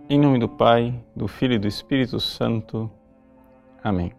Em nome do Pai, do Filho e do Espírito Santo. Amém.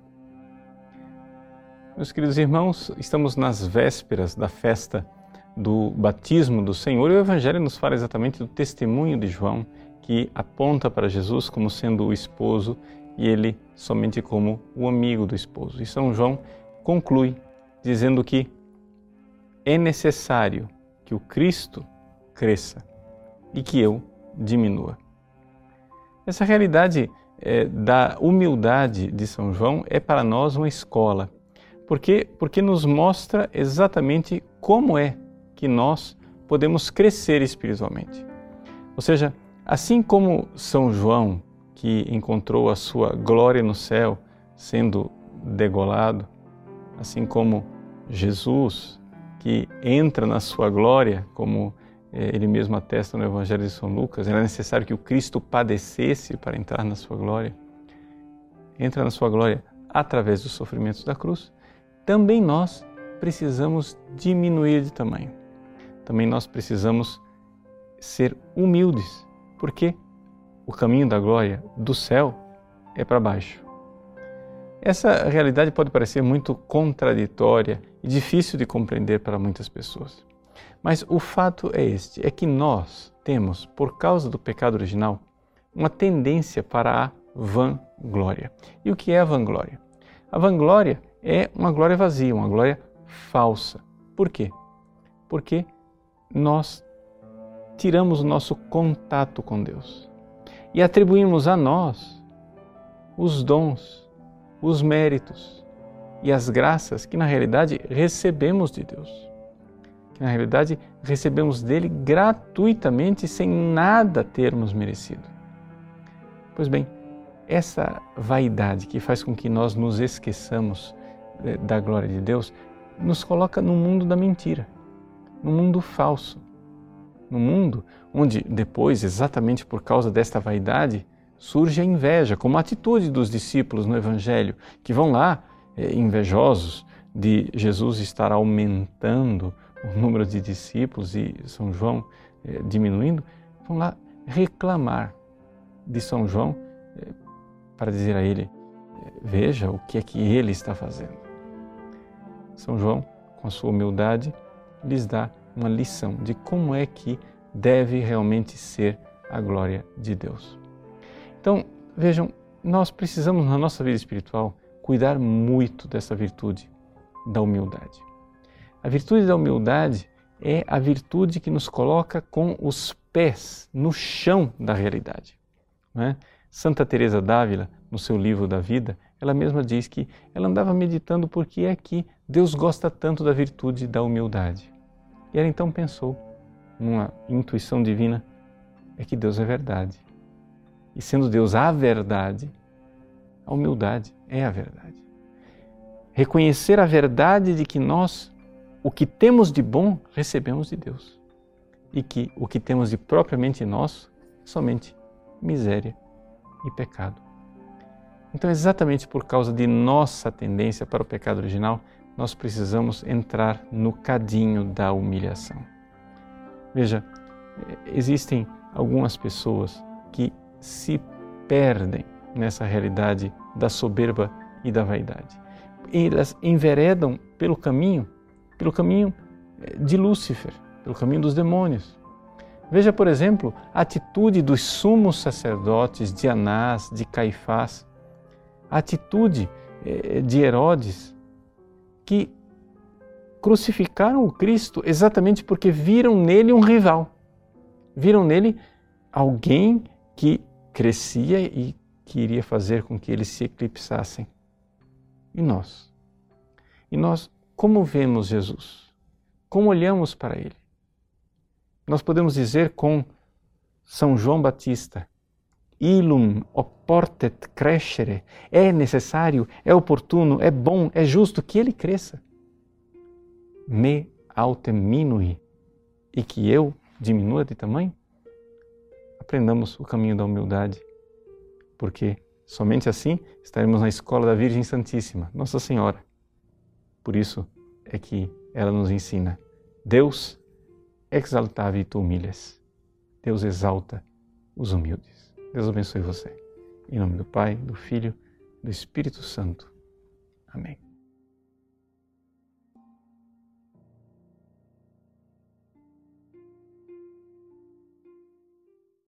Meus queridos irmãos, estamos nas vésperas da festa do batismo do Senhor e o Evangelho nos fala exatamente do testemunho de João, que aponta para Jesus como sendo o esposo e ele somente como o amigo do esposo. E São João conclui dizendo que é necessário que o Cristo cresça e que eu diminua. Essa realidade da humildade de São João é para nós uma escola. Por quê? Porque nos mostra exatamente como é que nós podemos crescer espiritualmente. Ou seja, assim como São João, que encontrou a sua glória no céu sendo degolado, assim como Jesus, que entra na sua glória, como ele mesmo atesta no Evangelho de São Lucas, era necessário que o Cristo padecesse para entrar na sua glória. Entra na sua glória através dos sofrimentos da cruz. Também nós precisamos diminuir de tamanho. Também nós precisamos ser humildes, porque o caminho da glória do céu é para baixo. Essa realidade pode parecer muito contraditória e difícil de compreender para muitas pessoas. Mas o fato é este, é que nós temos, por causa do pecado original, uma tendência para a vanglória. E o que é a vanglória? A vanglória é uma glória vazia, uma glória falsa. Por quê? Porque nós tiramos o nosso contato com Deus e atribuímos a nós os dons, os méritos e as graças que na realidade recebemos de Deus. Que na realidade recebemos dele gratuitamente, sem nada termos merecido. Pois bem, essa vaidade que faz com que nós nos esqueçamos da glória de Deus, nos coloca no mundo da mentira, no mundo falso, no mundo onde depois, exatamente por causa desta vaidade, surge a inveja, como a atitude dos discípulos no Evangelho, que vão lá invejosos de Jesus estar aumentando o número de discípulos e São João diminuindo, vão lá reclamar de São João para dizer a ele, veja o que é que ele está fazendo. São João, com a sua humildade, lhes dá uma lição de como é que deve realmente ser a glória de Deus. Então, vejam, nós precisamos na nossa vida espiritual cuidar muito dessa virtude da humildade. A virtude da humildade é a virtude que nos coloca com os pés no chão da realidade. Não é? Santa Teresa d'Ávila, no seu livro da vida, ela mesma diz que ela andava meditando por que é que Deus gosta tanto da virtude da humildade. E ela então pensou, numa intuição divina, é que Deus é verdade. E sendo Deus a verdade, a humildade é a verdade. Reconhecer a verdade de que nós, o que temos de bom, recebemos de Deus. E que o que temos de propriamente nosso, somente miséria e pecado. Então, exatamente por causa de nossa tendência para o pecado original, nós precisamos entrar no cadinho da humilhação. Veja, existem algumas pessoas que se perdem nessa realidade da soberba e da vaidade. Elas enveredam pelo caminho de Lúcifer, pelo caminho dos demônios. Veja, por exemplo, a atitude dos sumos sacerdotes de Anás, de Caifás, a atitude de Herodes, que crucificaram o Cristo exatamente porque viram nele um rival. Viram nele alguém que crescia e que iria fazer com que eles se eclipsassem. E nós? E nós, como vemos Jesus? Como olhamos para ele? Nós podemos dizer com São João Batista, Illum oportet crescere, é necessário, é oportuno, é bom, é justo que ele cresça. Me autem minui, e que eu diminua de tamanho? Aprendamos o caminho da humildade, porque somente assim estaremos na escola da Virgem Santíssima, Nossa Senhora. Por isso é que ela nos ensina, Deus exaltavit humildes, Deus exalta os humildes. Deus abençoe você. Em nome do Pai, do Filho, do Espírito Santo. Amém.